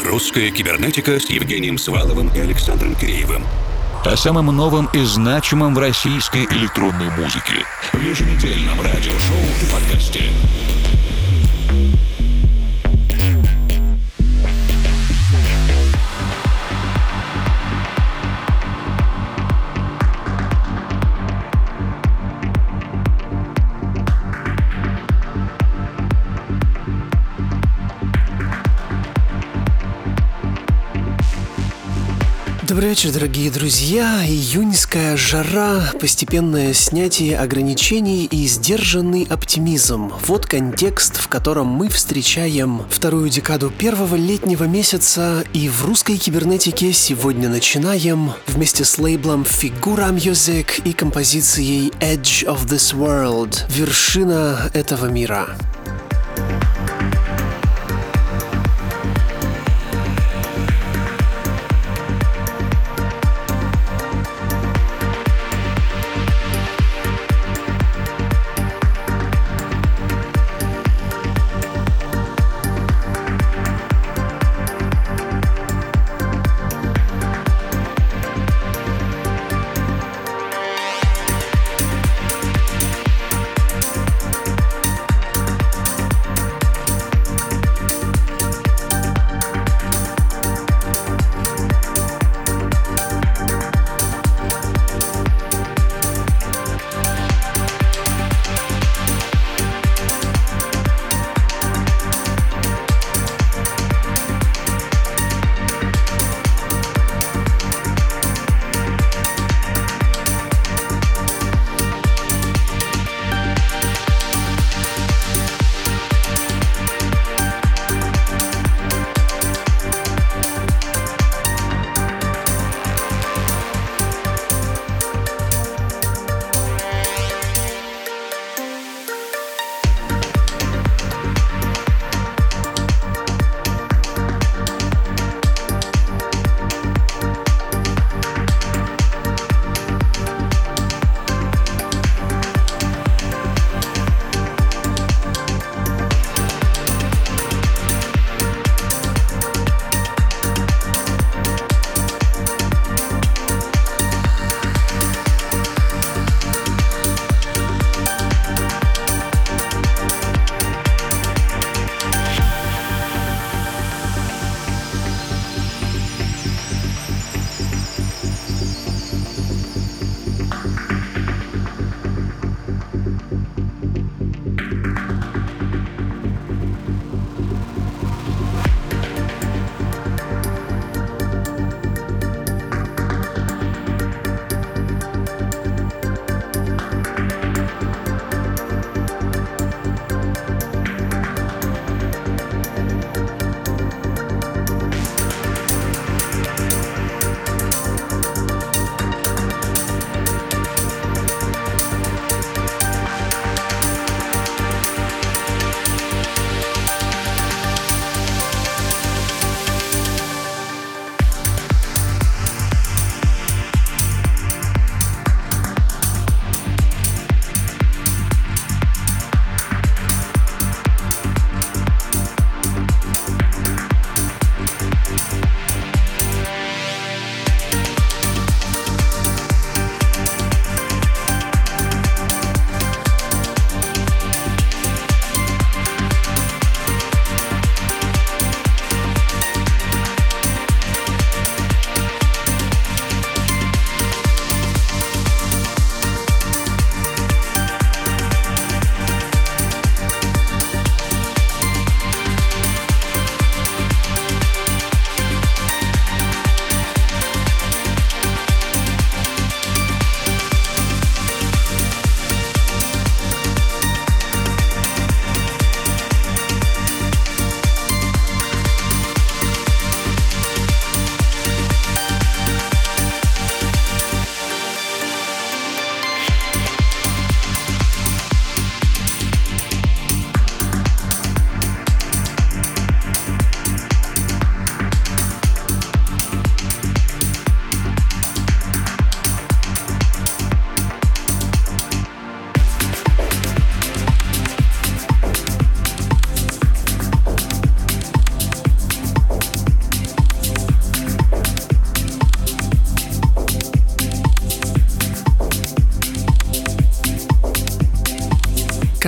«Русская кибернетика» с Евгением Сваловым и Александром Киреевым. О самом новом и значимом в российской электронной музыке. В еженедельном радиошоу и подкасте. Добрый вечер, дорогие друзья. Июньская жара, постепенное снятие ограничений и сдержанный оптимизм. Вот контекст, в котором мы встречаем вторую декаду первого летнего месяца, и в русской кибернетике сегодня начинаем вместе с лейблом Figura Music и композицией Edge of this World, вершина этого мира.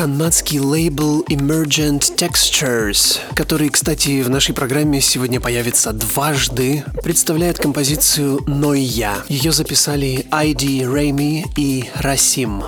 канадский лейбл Emergent Textures, который, кстати, в нашей программе сегодня появится дважды, представляет композицию «Ноя». Ее записали Айди Рейми и Расим.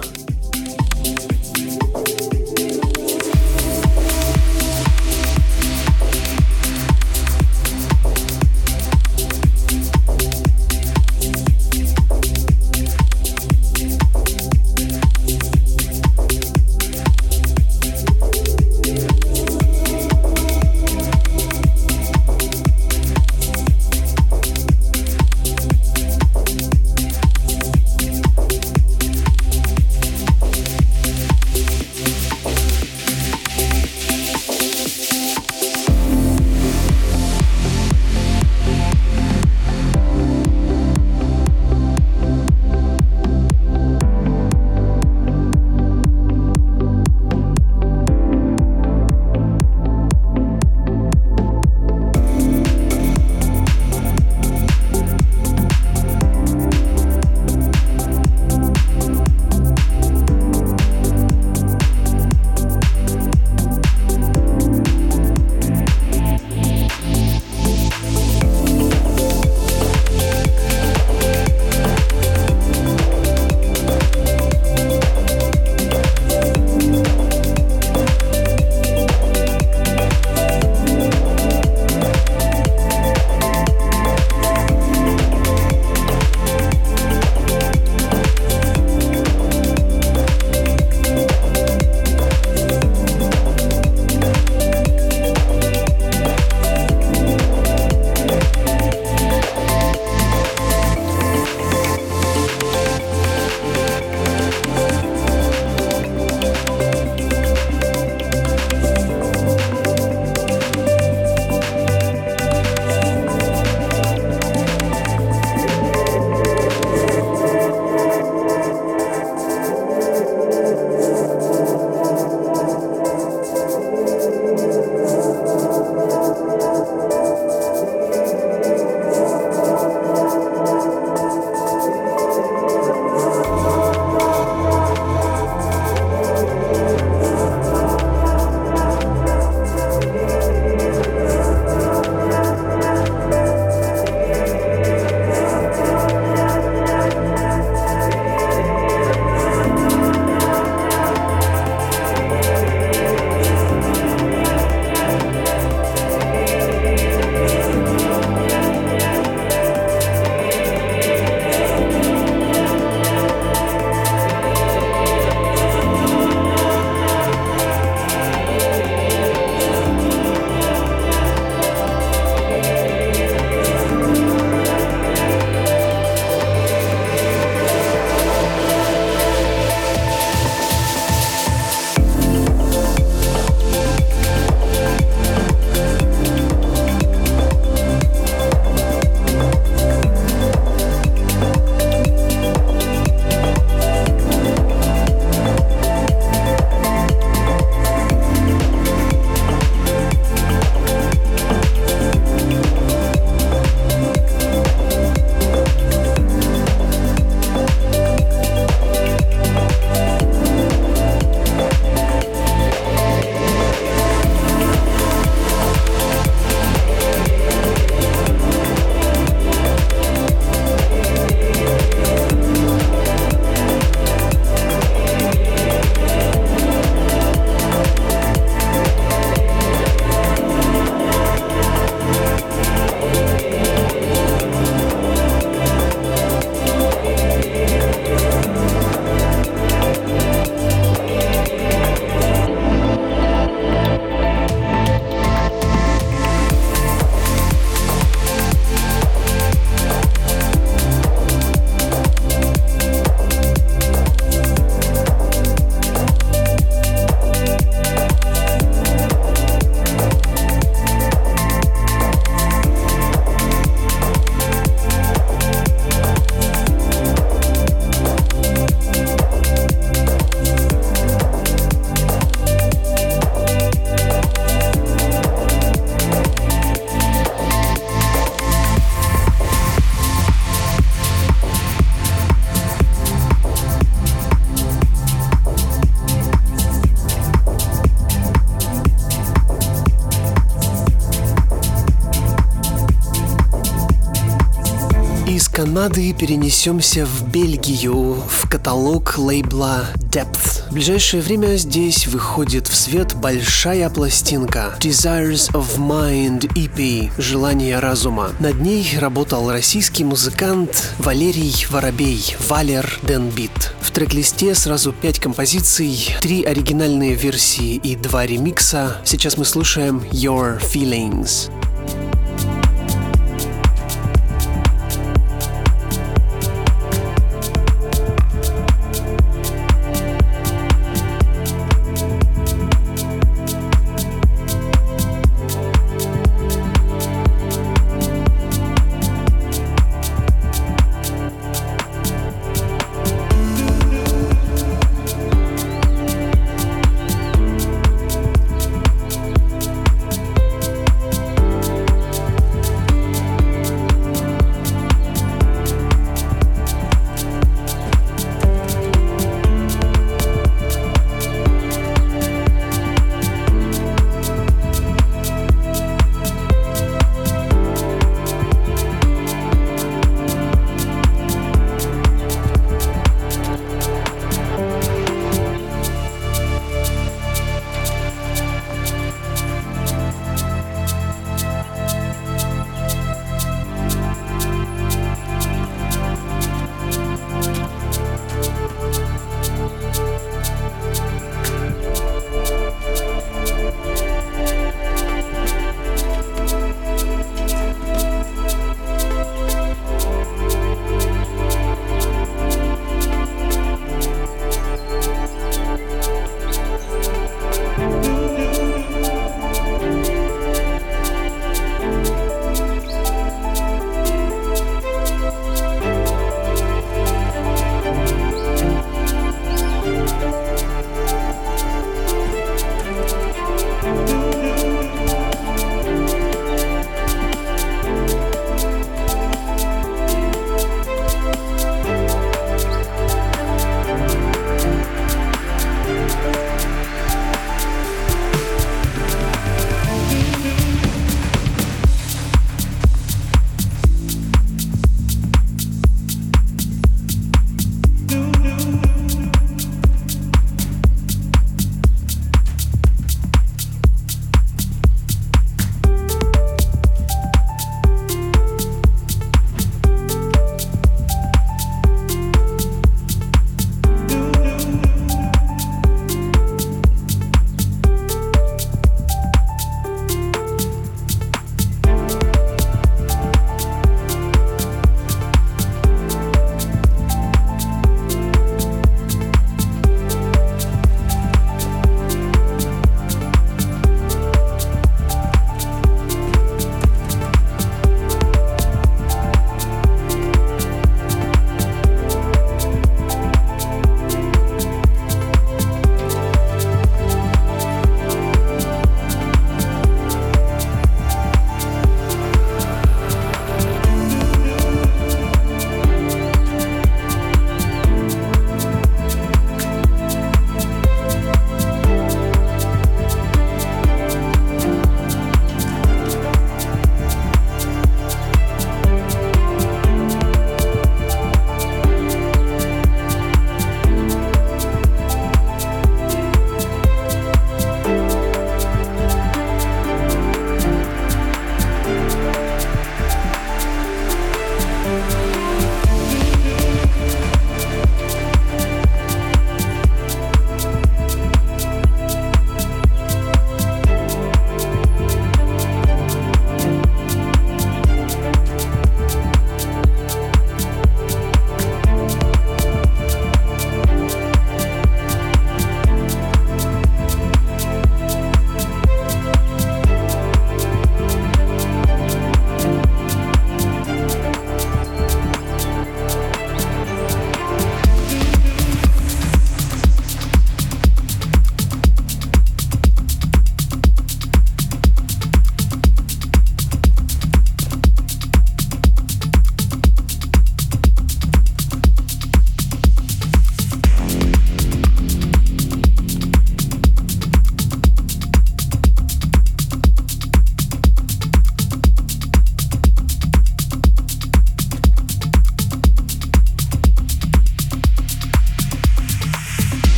Канады перенесемся в Бельгию, в каталог лейбла Depth. В ближайшее время здесь выходит в свет большая пластинка Desires of Mind EP «Желание разума». Над ней работал российский музыкант Валерий Воробей, Валер Денбит. В трек-листе сразу 5 композиций, 3 оригинальные версии и 2 ремикса. Сейчас мы слушаем Your Feelings.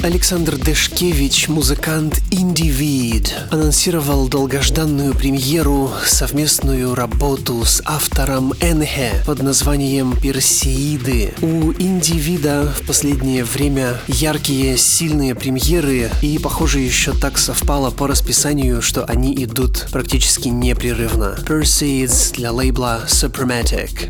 Александр Дашкевич, музыкант Индивид, анонсировал долгожданную премьеру, совместную работу с автором Энхе под названием «Персеиды». У Индивида в последнее время яркие, сильные премьеры, и, похоже, еще так совпало по расписанию, что они идут практически непрерывно. Perseids для лейбла Suprematic.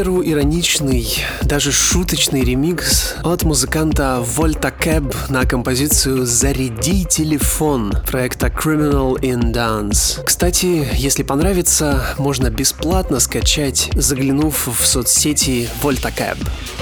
меру ироничный, даже шуточный ремикс от музыканта Volta Cab на композицию «Заряди телефон» проекта Criminal in Dance. Кстати, если понравится, можно бесплатно скачать, заглянув в соцсети Volta Cab.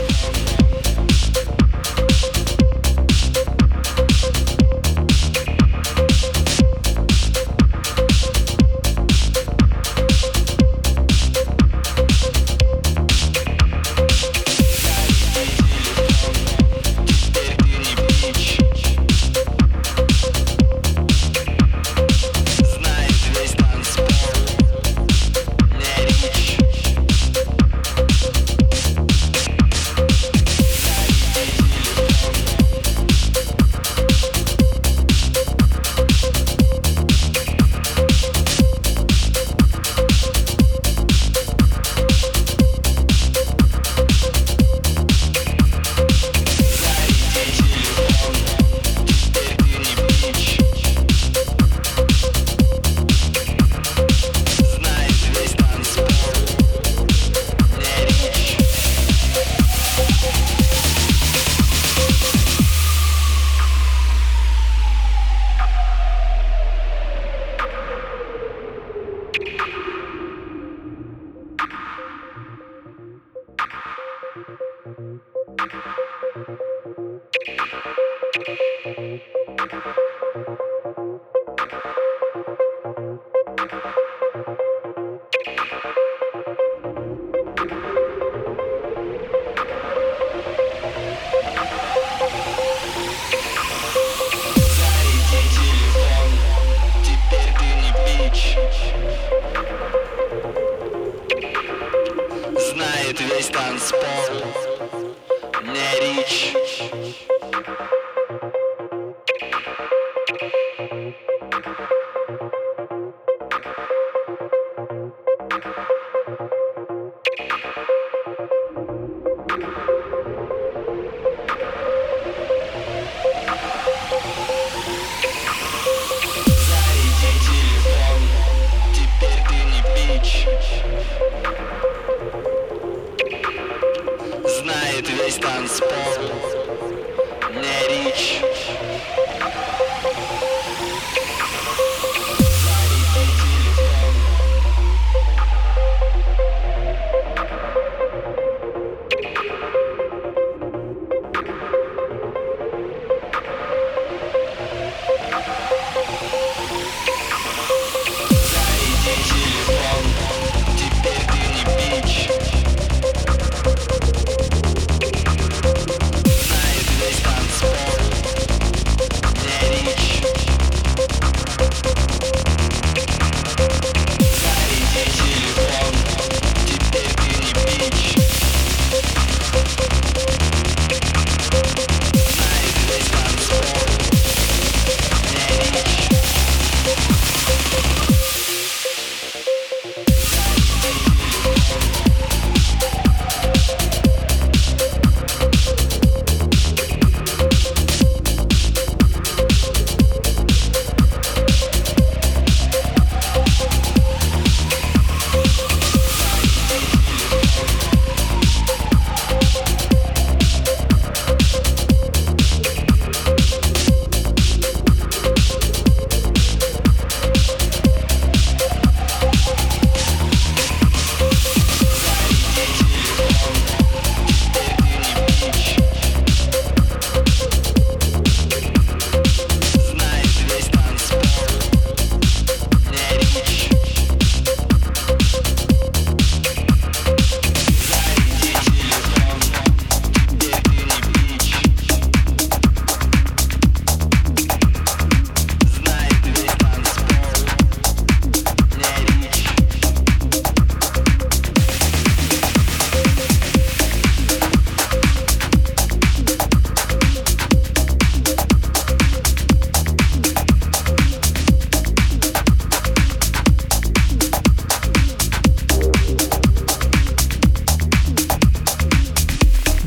Знает весь танцпол, не речь.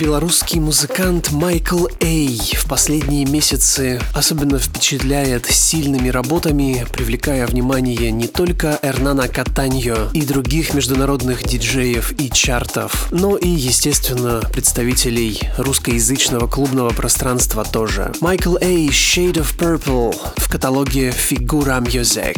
белорусский музыкант Майкл Эй в последние месяцы особенно впечатляет сильными работами, привлекая внимание не только Эрнана Катаньо и других международных диджеев и чартов, но и, естественно, представителей русскоязычного клубного пространства тоже. Майкл Эй, Shade of Purple в каталоге Figura Music.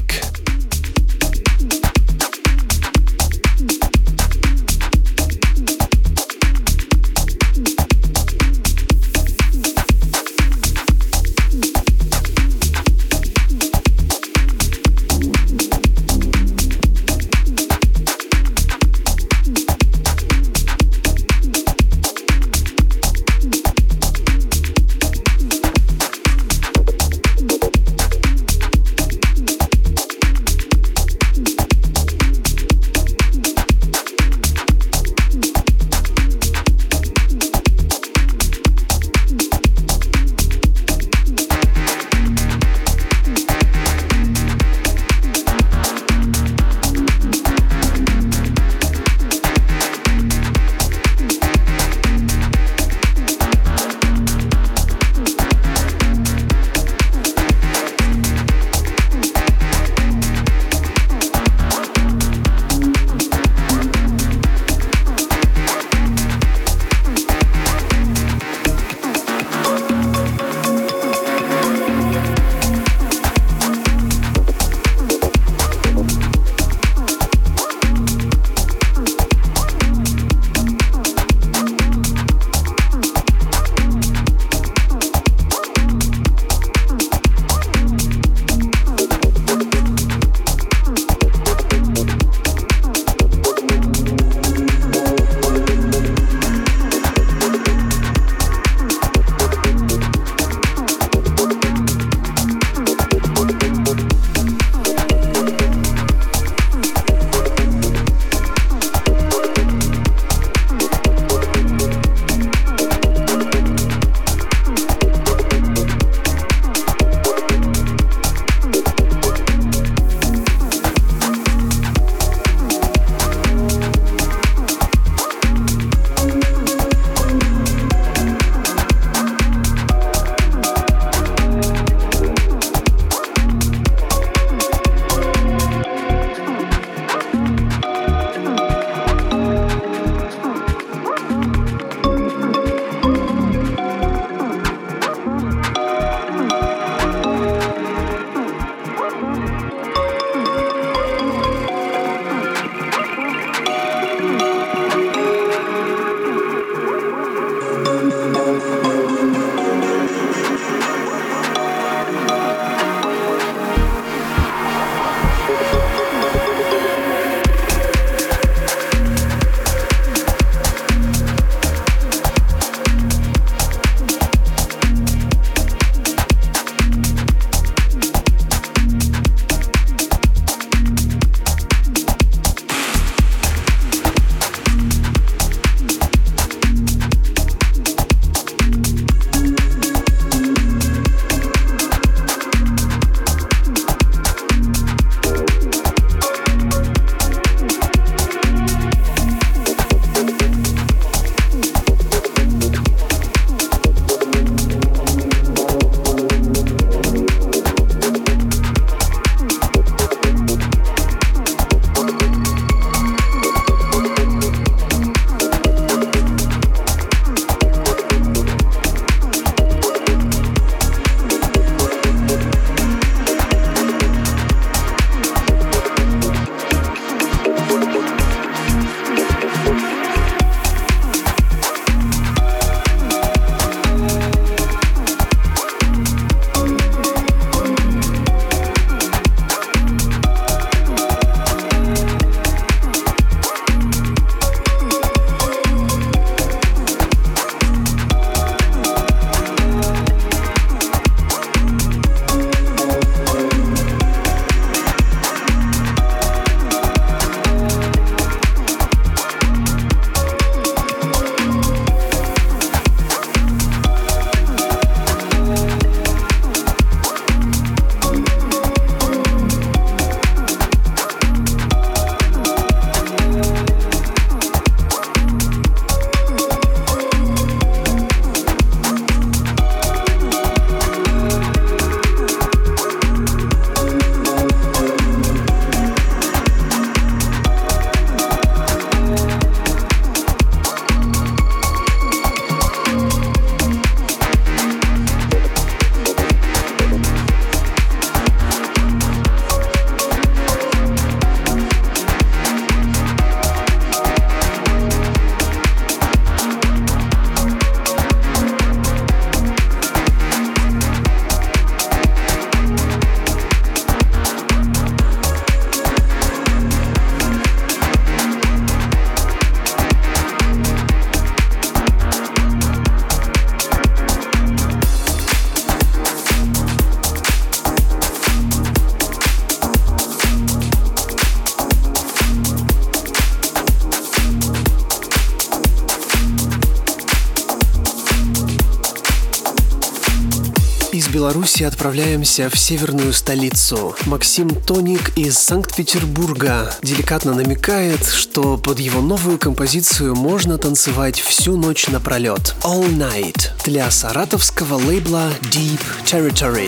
Беларуси отправляемся в северную столицу. Максим Тоник из Санкт-Петербурга деликатно намекает, что под его новую композицию можно танцевать всю ночь напролет. All Night для саратовского лейбла Deep Territory.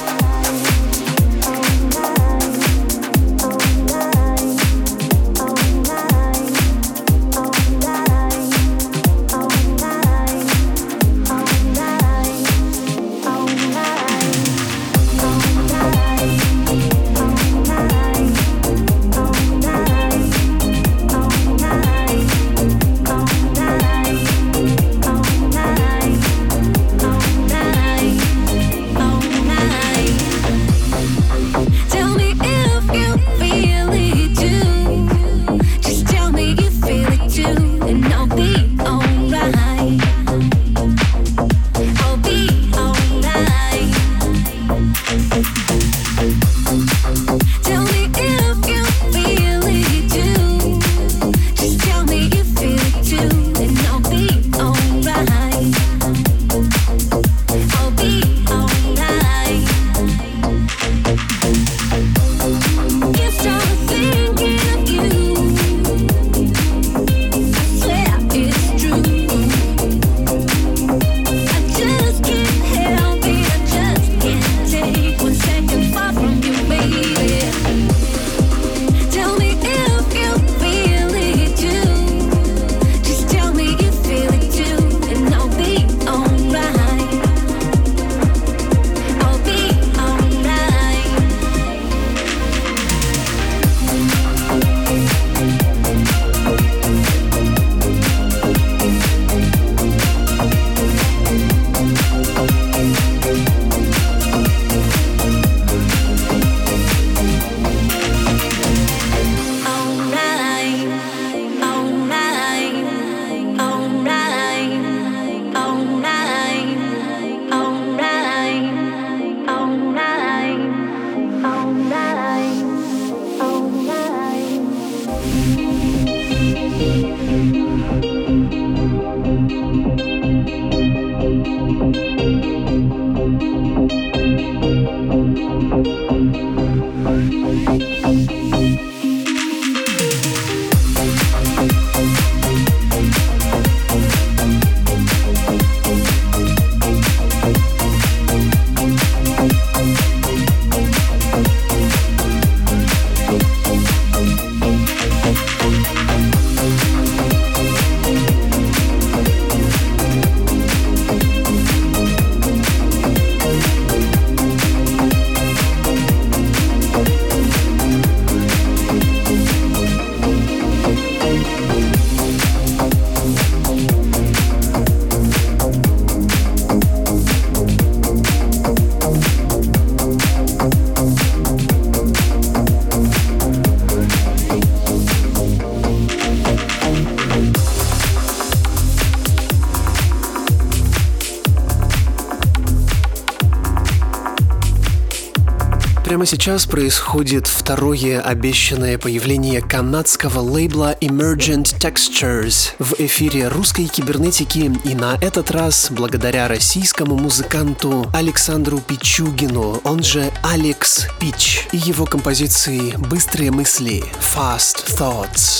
Прямо сейчас происходит второе обещанное появление канадского лейбла Emergent Textures в эфире русской кибернетики, и на этот раз благодаря российскому музыканту Александру Пичугину, он же Алекс Пич, и его композиции «Быстрые мысли» Fast Thoughts.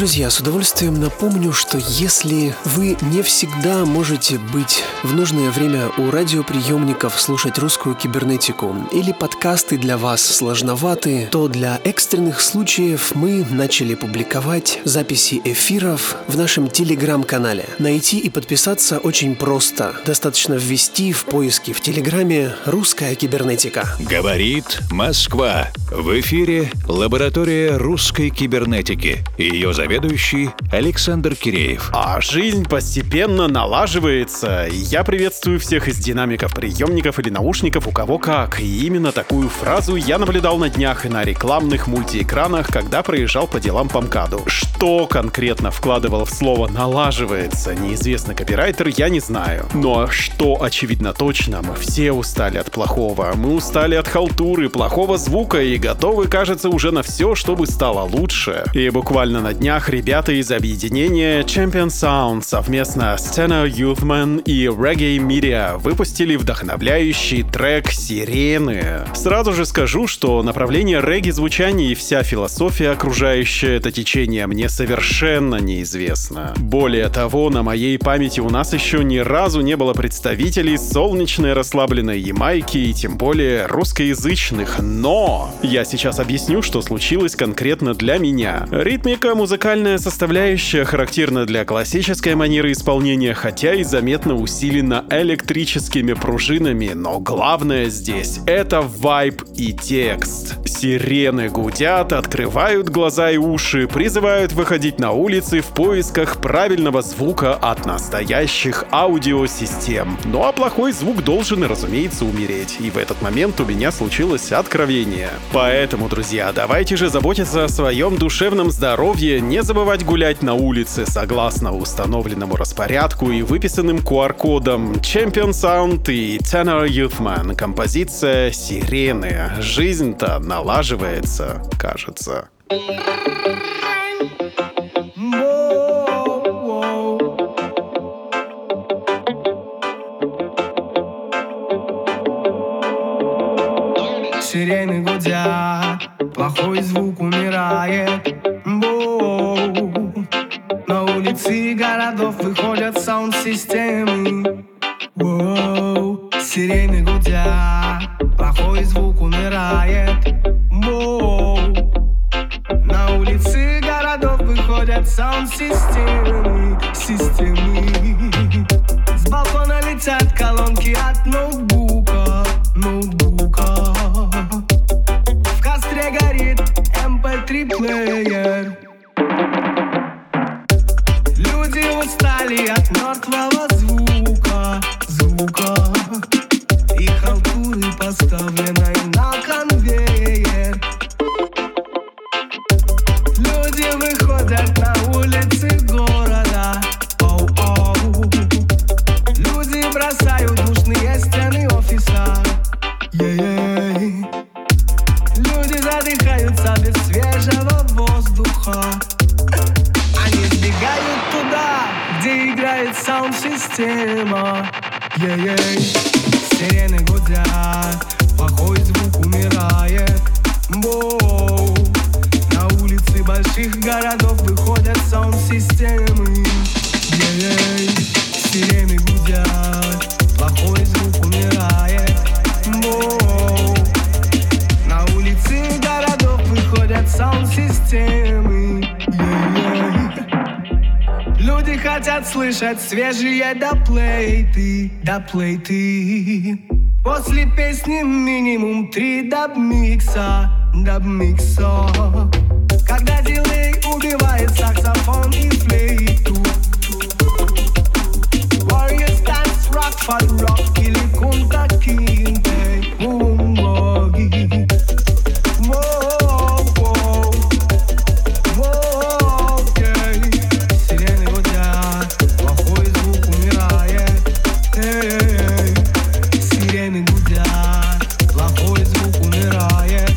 друзья, с удовольствием напомню, что если вы не всегда можете быть в нужное время у радиоприемников, слушать русскую кибернетику, или подкасты для вас сложноваты, то для экстренных случаев мы начали публиковать записи эфиров в нашем телеграм-канале. Найти и подписаться очень просто. Достаточно ввести в поиске в телеграме «Русская кибернетика». Говорит Москва. В эфире лаборатория русской кибернетики. Ее заведующий Александр Киреев. А жизнь постепенно налаживается. Я приветствую всех из динамиков, приемников или наушников, у кого как. И именно такую фразу я наблюдал на днях и на рекламных мультиэкранах, когда проезжал по делам по МКАДу. Что конкретно вкладывал в слово «налаживается» неизвестный копирайтер, я не знаю. Но что очевидно точно, мы все устали от плохого. Мы устали от халтуры, плохого звука и готовы, кажется, уже на все, чтобы стало лучше. И буквально на днях ребята из объединения Champion Sound совместно с Tenor Youthman и Reggae Media выпустили вдохновляющий трек «Сирены». Сразу же скажу, что направление регги-звучания и вся философия, окружающая это течение, мне совершенно неизвестна. Более того, на моей памяти у нас еще ни разу не было представителей солнечной расслабленной Ямайки и тем более русскоязычных. Но я сейчас объясню, что случилось конкретно для меня. Ритмика, музыкальная составляющая характерна для классической манеры исполнения, хотя и заметно усилена электрическими пружинами, но главное здесь — это вайб и текст. Сирены гудят, открывают глаза и уши, призывают выходить на улицы в поисках правильного звука от настоящих аудиосистем. Ну а плохой звук должен, разумеется, умереть. И в этот момент у меня случилось откровение. Поэтому, друзья, давайте же заботиться о своем душевном здоровье, не забывать гулять на улице согласно установленному распорядку и выписанным QR-кодом. Champion Sound и Tenor Youthman. Композиция «Сирены». Жизнь-то налаживается, кажется. Сирены гудят, плохой звук умирает. Боу. На улицы городов выходят саунд-системы. Боу. Сирены гудят, плохой звук умирает. Боу. На улицы городов выходят саунд-системы. С балкона летят колонки от ноутбука. В костре горит MP3-плеер. Люди устали от мертвого звука. И халтуры, поставленной на конвейер. Люди выходят на улицы города. Люди бросают душные стены офиса. Люди задыхаются без свежего воздуха. Они сбегают туда, где играет саунд-система. Сирены гудят, плохой звук умирает. Боу. На улицы больших городов выходят саунд-системы. Сирены гудят, плохой звук умирает. Боу. На улицы городов выходят саунд-системы. Люди хотят слышать свежие доплейты. После песни минимум 3 дабмикса. Когда дилей убивает саксофон и флейту. Warriors dance rock for rock или кунта кинте. Сирены гудят, плохой звук умирает. Сирены гудят, плохой звук умирает.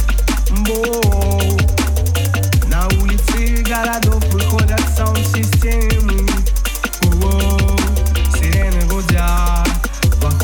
На улицы городов выходят саунд-системы. Сирены гудят,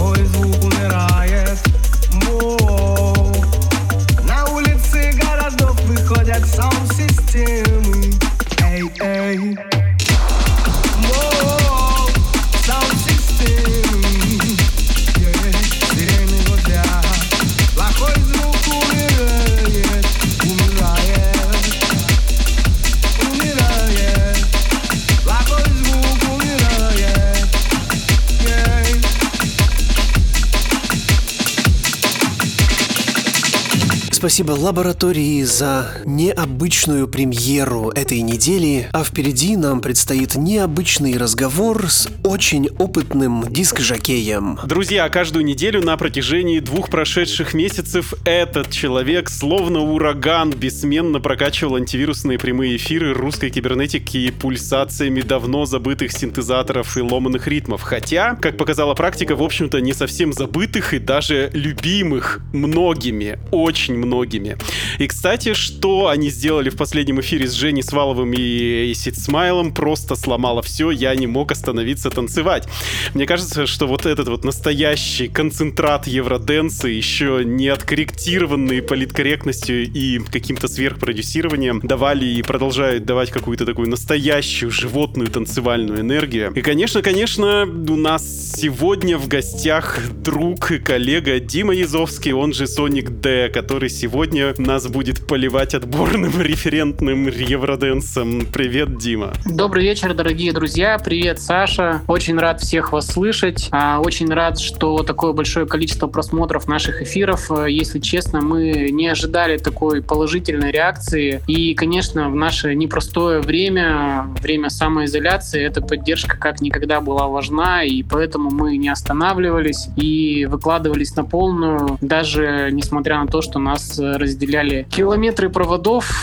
спасибо лаборатории за необычную премьеру этой недели, а впереди нам предстоит необычный разговор с очень опытным диск-жокеем. Друзья, каждую неделю на протяжении 2 прошедших месяцев этот человек, словно ураган, бессменно прокачивал антивирусные прямые эфиры русской кибернетики пульсациями давно забытых синтезаторов и ломаных ритмов. Хотя, как показала практика, в общем-то, не совсем забытых и даже любимых многими, очень многими. И, кстати, что они сделали в последнем эфире с Женей Сваловым и Acid Smile, просто сломало все, я не мог остановиться танцевать. Мне кажется, что вот этот вот настоящий концентрат евроденса, еще не откорректированный политкорректностью и каким-то сверхпродюсированием, давали и продолжают давать какую-то такую настоящую животную танцевальную энергию. И, конечно, у нас сегодня в гостях друг и коллега Дима Язовский, он же Sonic D, который сегодня нас будет поливать отборным референтным евроденсом. Привет, Дима. Добрый вечер, дорогие друзья. Привет, Саша. Очень рад всех вас слышать. Очень рад, что такое большое количество просмотров наших эфиров. Если честно, мы не ожидали такой положительной реакции. И, конечно, в наше непростое время самоизоляции, эта поддержка как никогда была важна, и поэтому мы не останавливались и выкладывались на полную, даже несмотря на то, что нас разделяли километры проводов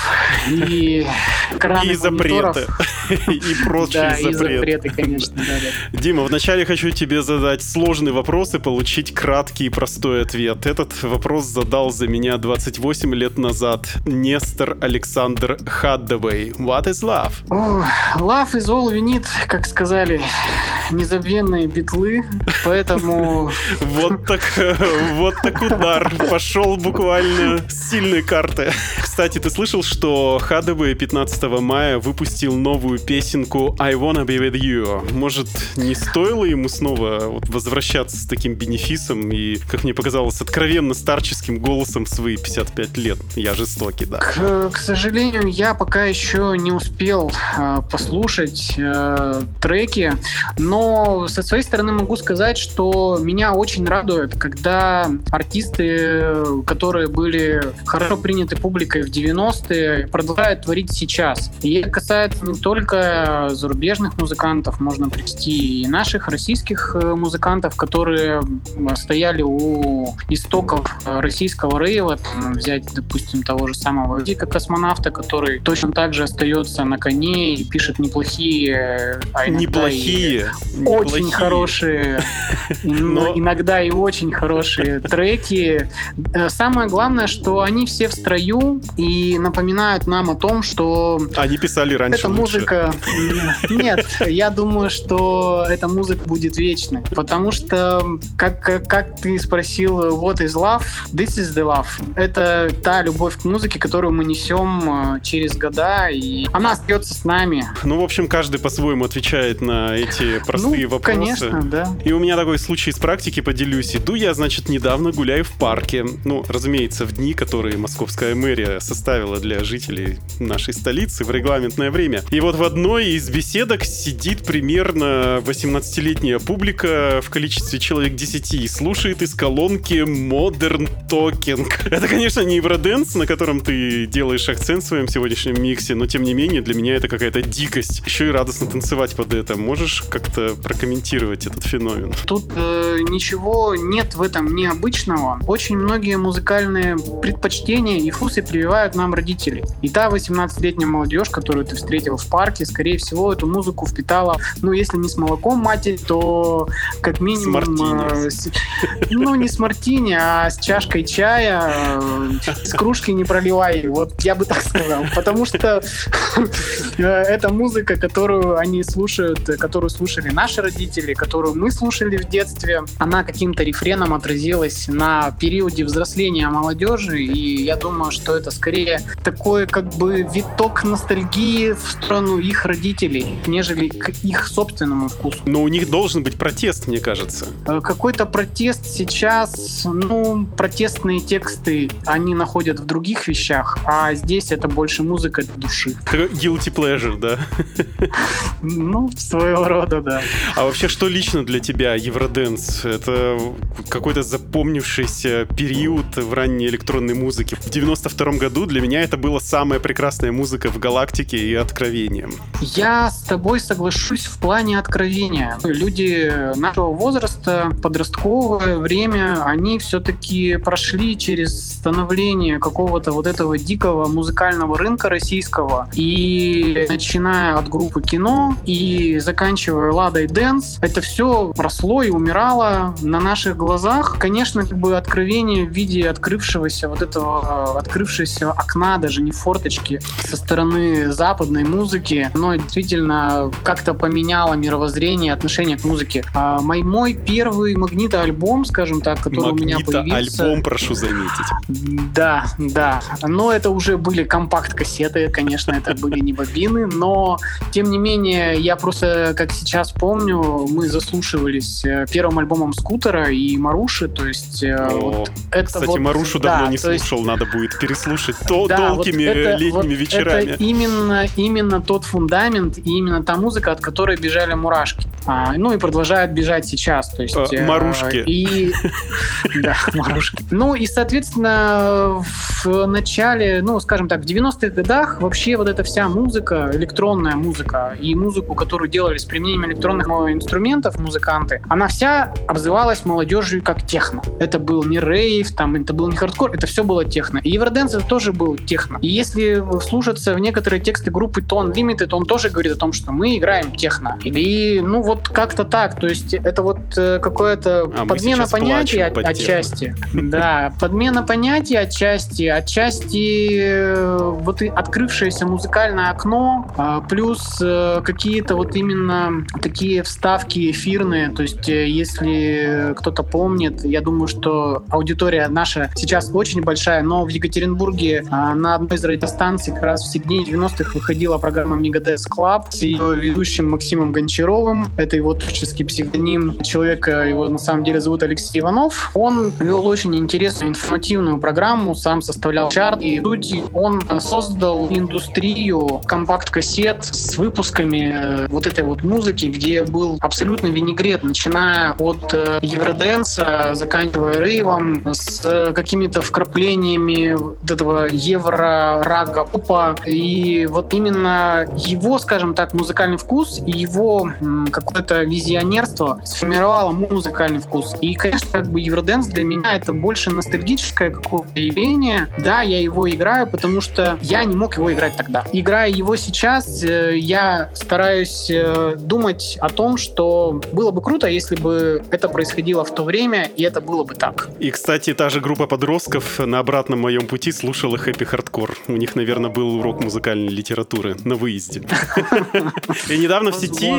и экраны запреты. И прочие запреты. И запреты, конечно. Да. Дима, вначале хочу тебе задать сложный вопрос и получить краткий и простой ответ. Этот вопрос задал за меня 28 лет назад Нестор Александр Хаддавей. What is love? Love is all we need, как сказали незабвенные битлы, поэтому... Вот так удар. Пошел буквально с сильной карты. Кстати, ты слышал, что Хаддавей 15 мая выпустил новую песенку I Wanna Be With You? Может, не стоило ему снова возвращаться с таким бенефисом и, как мне показалось, откровенно старческим голосом в свои 55 лет? Я жестокий, да. К сожалению, я пока еще не успел послушать треки, но со своей стороны могу сказать, что меня очень радует, когда артисты, которые были хорошо приняты публикой в 90-е, продолжают творить сейчас. И это касается не только зарубежных музыкантов, можно привести и наших российских музыкантов, которые стояли у истоков российского рейва. Взять, допустим, того же самого Дика Космонавта, который точно так же остается на коне и пишет неплохие, очень хорошие, но иногда и очень хорошие треки. Самое главное, что они все в строю и напоминают нам о том, что они писали раньше эта музыка... Нет, я думаю, что эта музыка будет вечной, потому что, как ты спросил, what is love? This is the love. Это та любовь к музыке, которую мы несем через года, и она остается с нами. В общем, каждый по-своему отвечает на эти простые вопросы. Конечно, да. И у меня такой случай из практики, поделюсь. Иду я, недавно гуляю в парке. Разумеется, в дни, которые московская мэрия составила для жителей нашей столицы в регламентное время. И вот в одной из беседок сидит примерно 18-летняя публика в количестве человек 10 и слушает из колонки Modern Talking. Это, конечно, не евроденс, на котором ты делаешь акцент в своем сегодняшнем миксе, но, тем не менее, для меня это какая-то дикость. Еще и радостно танцевать под это. Можешь как-то прокомментировать этот феномен? Тут ничего нет в этом необычного. Очень многие музыкальные предпочтения и вкусы прививают нам родители. И та 18-летняя молодежь, которую ты встретил в парке, скорее всего, эту музыку впитала, если не с молоком матери, то как минимум... С мартини. Не с мартини, а с чашкой чая, с кружки не проливай. Вот я бы так сказал. Потому что это музыка, которую они слушают, которую слушали наши родители, которую мы слушали в детстве, она каким-то рефреном отразилась на периоде взросления молодежи, и я думаю, что это скорее такой виток ностальгии в сторону их родителей, нежели к их собственному вкусу. Но у них должен быть протест, мне кажется. Какой-то протест сейчас, протестные тексты они находят в других вещах, а здесь это больше музыка для души. Guilty pleasure, да? Своего рода, да. А вообще, что лично для тебя Евродэнс? Это какой-то запомнившийся период в ранней электронной музыке. В 92-м году для меня это была самая прекрасная музыка в галактике и откровением. Я с тобой соглашусь в плане откровения. Люди нашего возраста, подростковое время, они все-таки прошли через становление какого-то вот этого дикого музыкального рынка российского. И начиная от группы «Кино» и заканчивая «Ладой Дэнс», это все росло и умирало на наших глазах. Конечно, откровение в виде открывшегося окна, даже не форточки, со стороны западной музыки, но действительно как-то поменяло мировоззрение, отношение к музыке. Мой первый магнито-альбом, скажем так, который у меня появился... Магнито-альбом, прошу заметить. Да. Но это уже были компакт-кассеты, конечно, это были не бобины, но тем не менее, я просто, как сейчас помню, мы заслушивались первым альбомом Скутера и Маруши, то есть... Кстати, Марушу давно не слушал, надо будет переслушать долгими летними вечерами. Это именно тот фундамент и именно та музыка, от которой бежали мурашки. И продолжают бежать сейчас. То есть, Марушки. Да, Марушки. И, соответственно, в начале, скажем так, в 90-х годах вообще вот эта вся музыка, электронная музыка и музыку, которую делали с применением электронных инструментов музыканты, она вся обзывалась молодежью как техно. Это был не рейв, это был не хардкор, это все было техно. И Евродэнс это тоже был техно. И если слушаться в некоторые тексты группы Tone Limited, он тоже говорит о том, что мы играем техно. И, как-то так. То есть это какое-то подмена понятий отчасти. Да, подмена понятий отчасти открывшееся музыкальное окно, плюс какие-то именно такие вставки эфирные. То есть если кто-то помнит, я думаю, что аудитория наша сейчас очень большая, но в Екатеринбурге на одной из радиостанций как раз в середине 90-х выходила программа Megadeth Club с ее ведущим Максимом Гончаровым. Это его творческий псевдоним. Человека, его на самом деле зовут Алексей Иванов. Он вел очень интересную информативную программу, сам составлял чарт, и он создал индустрию компакт-кассет с выпусками этой музыки, где был абсолютно винегрет, начиная от евродэнса, заканчивая рейвом, с какими-то вкраплениями этого евро-рага-попа. И именно его, скажем так, музыкальный вкус и его какое-то визионерство сформировало музыкальный вкус. И, конечно, евродэнс для меня это больше ностальгическое какое-то явление. Да, я его играю, потому что я не мог его играть тогда. Играя его сейчас, я стараюсь думать о том, что было бы круто, если бы это происходило в то время, и это было бы так. И, кстати, та же группа подростков на обратном моем пути слушала хэппи-хардкор. У них, наверное, был урок музыкальной литературы на выезде. И недавно в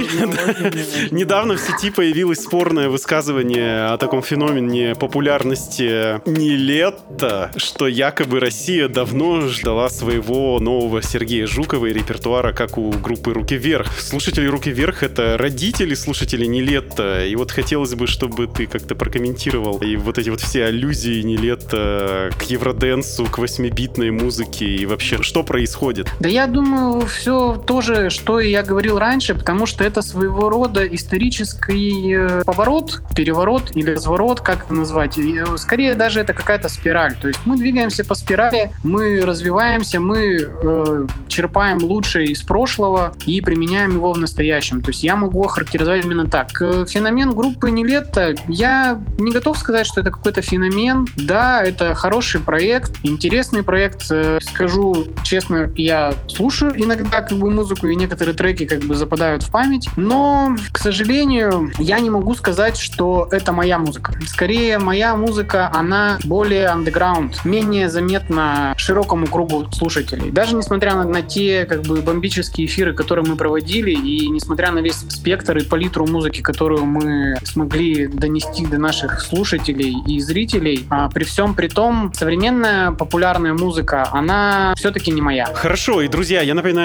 сети появилось спорное высказывание о таком феномене популярности Нилетто, что якобы Россия давно ждала своего нового Сергея Жукова и репертуара, как у группы «Руки вверх». Слушатели «Руки вверх» — это родители слушателей Нилетто. И хотелось бы, чтобы ты как-то прокомментировал и эти все аллюзии Нилетто к евродэнсу, к 8-битной музыке и вообще, что происходит? Да я думаю, все то же, что и я говорил раньше, потому что это своего рода исторический поворот, переворот или разворот, как это назвать. Скорее даже это какая-то спираль. То есть мы двигаемся по спирали, мы развиваемся, мы черпаем лучшее из прошлого и применяем его в настоящем. То есть я могу охарактеризовать именно так. Феномен группы Нилетто, я не готов сказать, что это какой-то феномен. Да, это хороший проект, интересный проект. Скажу честно, я слушаю иногда музыку, и некоторые треки западают в память, но, к сожалению, я не могу сказать, что это моя музыка. Скорее, моя музыка, она более underground, менее заметна широкому кругу слушателей. Даже несмотря на те бомбические эфиры, которые мы проводили, и несмотря на весь спектр и палитру музыки, которую мы смогли донести до наших слушателей и зрителей, при всем при том, современная популярная музыка, она все-таки не моя. Хорошо, и, друзья, я напоминаю, что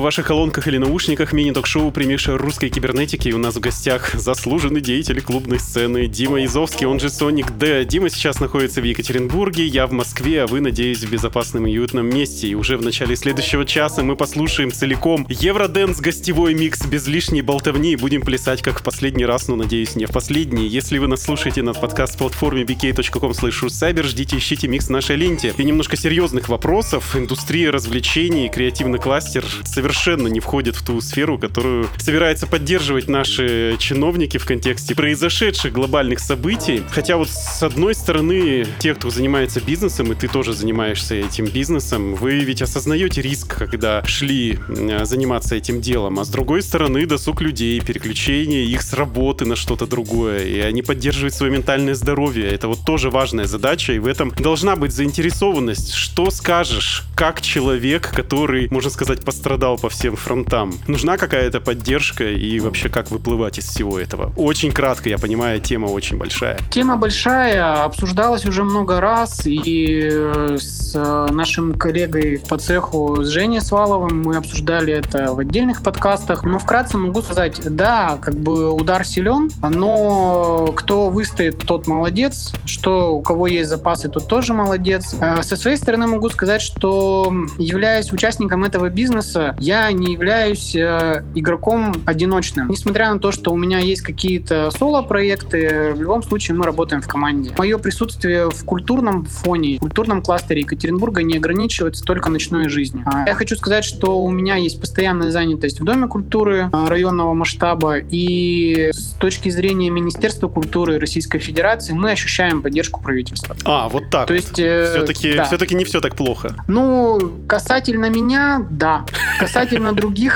ваших колонках или наушниках мини-ток-шоу «Премьер русской кибернетики». И у нас в гостях заслуженный деятель клубной сцены Дима Изовский, он же Sonic D. Дима сейчас находится в Екатеринбурге, я в Москве, а вы, надеюсь, в безопасном и уютном месте. И уже в начале следующего часа мы послушаем целиком Евродэнс гостевой микс без лишней болтовни и будем плясать как в последний раз, но, надеюсь, не в последний. Если вы нас слушаете на подкаст-платформе bk.com/cyber, ждите, ищите микс в нашей ленте. И немножко серьезных вопросов. Индустрия развлечений, креативный кластер совершенно не входит в ту сферу, которую собираются поддерживать наши чиновники в контексте произошедших глобальных событий. Хотя вот с одной стороны, те, кто занимается бизнесом, и ты тоже занимаешься этим бизнесом, вы ведь осознаете риск, когда шли заниматься этим делом. А с другой стороны, досуг людей, переключение их с работы на что-то другое, и они поддерживают свое ментальное здоровье. Это вот тоже важная задача, и в этом должна быть заинтересованность. Что скажешь, как человек, который, можно сказать, пострадал по всем фронтам? Нужна какая-то поддержка и вообще как выплывать из всего этого? Очень кратко, я понимаю, тема очень большая. Тема большая, обсуждалась уже много раз, и с нашим коллегой по цеху, с Женей Сваловым, мы обсуждали это в отдельных подкастах. Но вкратце могу сказать, да, как бы удар силен, но кто выстоит, тот молодец, что у кого есть запасы, тот тоже молодец. Со своей стороны могу сказать, что, являясь участником этого бизнеса, я не являюсь игроком одиночным. Несмотря на то, что у меня есть какие-то соло-проекты, в любом случае мы работаем в команде. Мое присутствие в культурном фоне, в культурном кластере Екатеринбурга не ограничивается только ночной жизнью. Я хочу сказать, что у меня есть постоянная занятость в Доме культуры районного масштаба, и с точки зрения Министерства культуры Российской Федерации мы ощущаем поддержку правительства. Вот так. То есть, все-таки не все так плохо. Ну, касательно меня, да. Касательно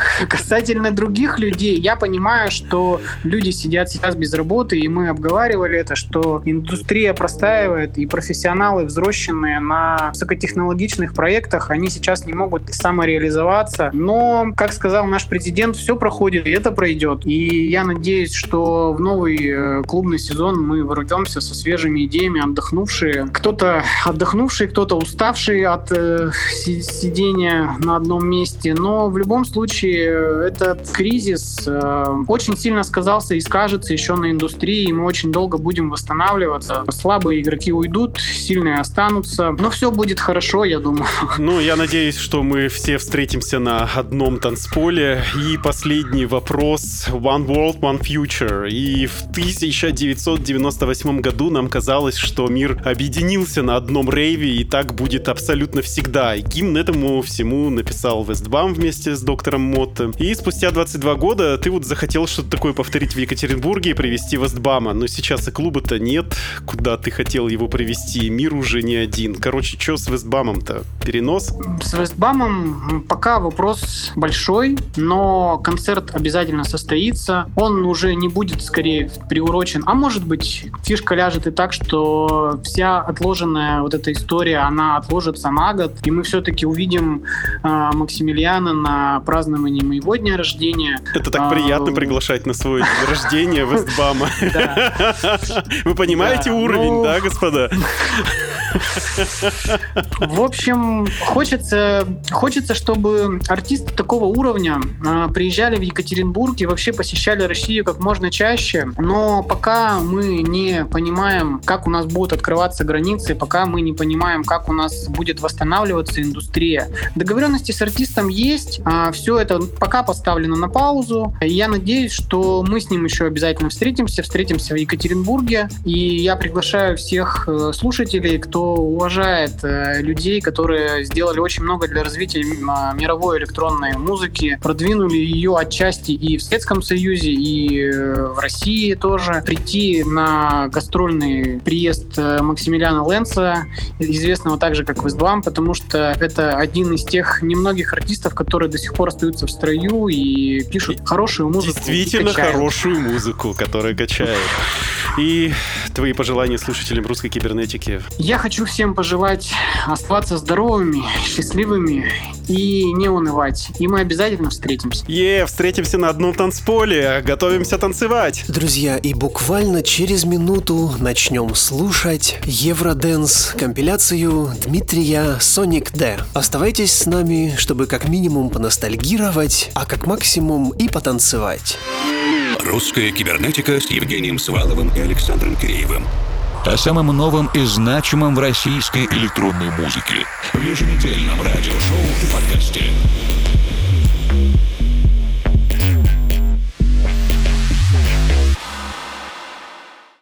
других людей, я понимаю, что люди сидят сейчас без работы, и мы обговаривали это, что индустрия простаивает, и профессионалы, взросшенные на высокотехнологичных проектах, они сейчас не могут самореализоваться. Но, как сказал наш президент, все проходит, и это пройдет. И я надеюсь, что в новый клубный сезон мы ворвемся со свежими идеями, отдохнувшие. Кто-то отдохнувший, кто-то уставший от сидения на одном месте. Но в любом случае этот кризис очень сильно сказался и скажется еще на индустрии, и мы очень долго будем восстанавливаться. Слабые игроки уйдут, сильные останутся. Но все будет хорошо, я думаю. Ну, я надеюсь, что мы все встретимся на одном танцполе. И последний вопрос. One World, One Future. И в 1998 году нам казалось, что мир объединился на одном рейве, и так будет абсолютно всегда. И гимн этому всему написал Вестбам вместе с доктором Мотто. И спустя 22 года ты вот захотел что-то такое повторить в Екатеринбурге и привезти Вестбама. Но сейчас и клуба-то нет, куда ты хотел его привезти. Мир уже не один. Короче, что с Вестбамом-то? Перенос? С Вестбамом пока вопрос большой, но концерт обязательно состоится. Он уже не будет, скорее, приурочен. А может быть, фишка ляжет и так, что вся отложенная вот эта история, она отложится на год, и мы все-таки увидим Максимилиана на праздновании моего дня рождения. Это так приятно приглашать на свой день рождения Вестбама. Вы понимаете уровень, да, господа? В общем, хочется, чтобы артисты такого уровня приезжали в Екатеринбург и вообще посещали Россию как можно чаще. Но пока мы не понимаем, как у нас будут открываться границы, пока мы не понимаем, как у нас будет восстанавливаться индустрия. Договоренности с артистом есть, все это пока поставлено на паузу. Я надеюсь, что мы с ним еще обязательно встретимся в Екатеринбурге. И я приглашаю всех слушателей, кто уважает людей, которые сделали очень много для развития мировой электронной музыки, продвинули ее отчасти и в Советском Союзе, и в России тоже, прийти на гастрольный приезд Максимилиана Ленца, известного также как Вестбам, потому что это один из тех немногих артистов, которые до сих пор остаются в строю и пишут хорошую музыку. Действительно хорошую музыку, которая качает. И твои пожелания слушателям русской кибернетики. Я хочу всем пожелать оставаться здоровыми, счастливыми и не унывать. И мы обязательно встретимся. Встретимся на одном танцполе. Готовимся танцевать. Друзья, и буквально через минуту начнем слушать Евродэнс, компиляцию Дмитрия Sonic D. Оставайтесь с нами, чтобы как минимум поностальгировать, а как максимум и потанцевать. Русская кибернетика с Евгением Сваловым и Александром Киреевым. О самом новом и значимом в российской электронной музыке. В еженедельном радиошоу и подкасте.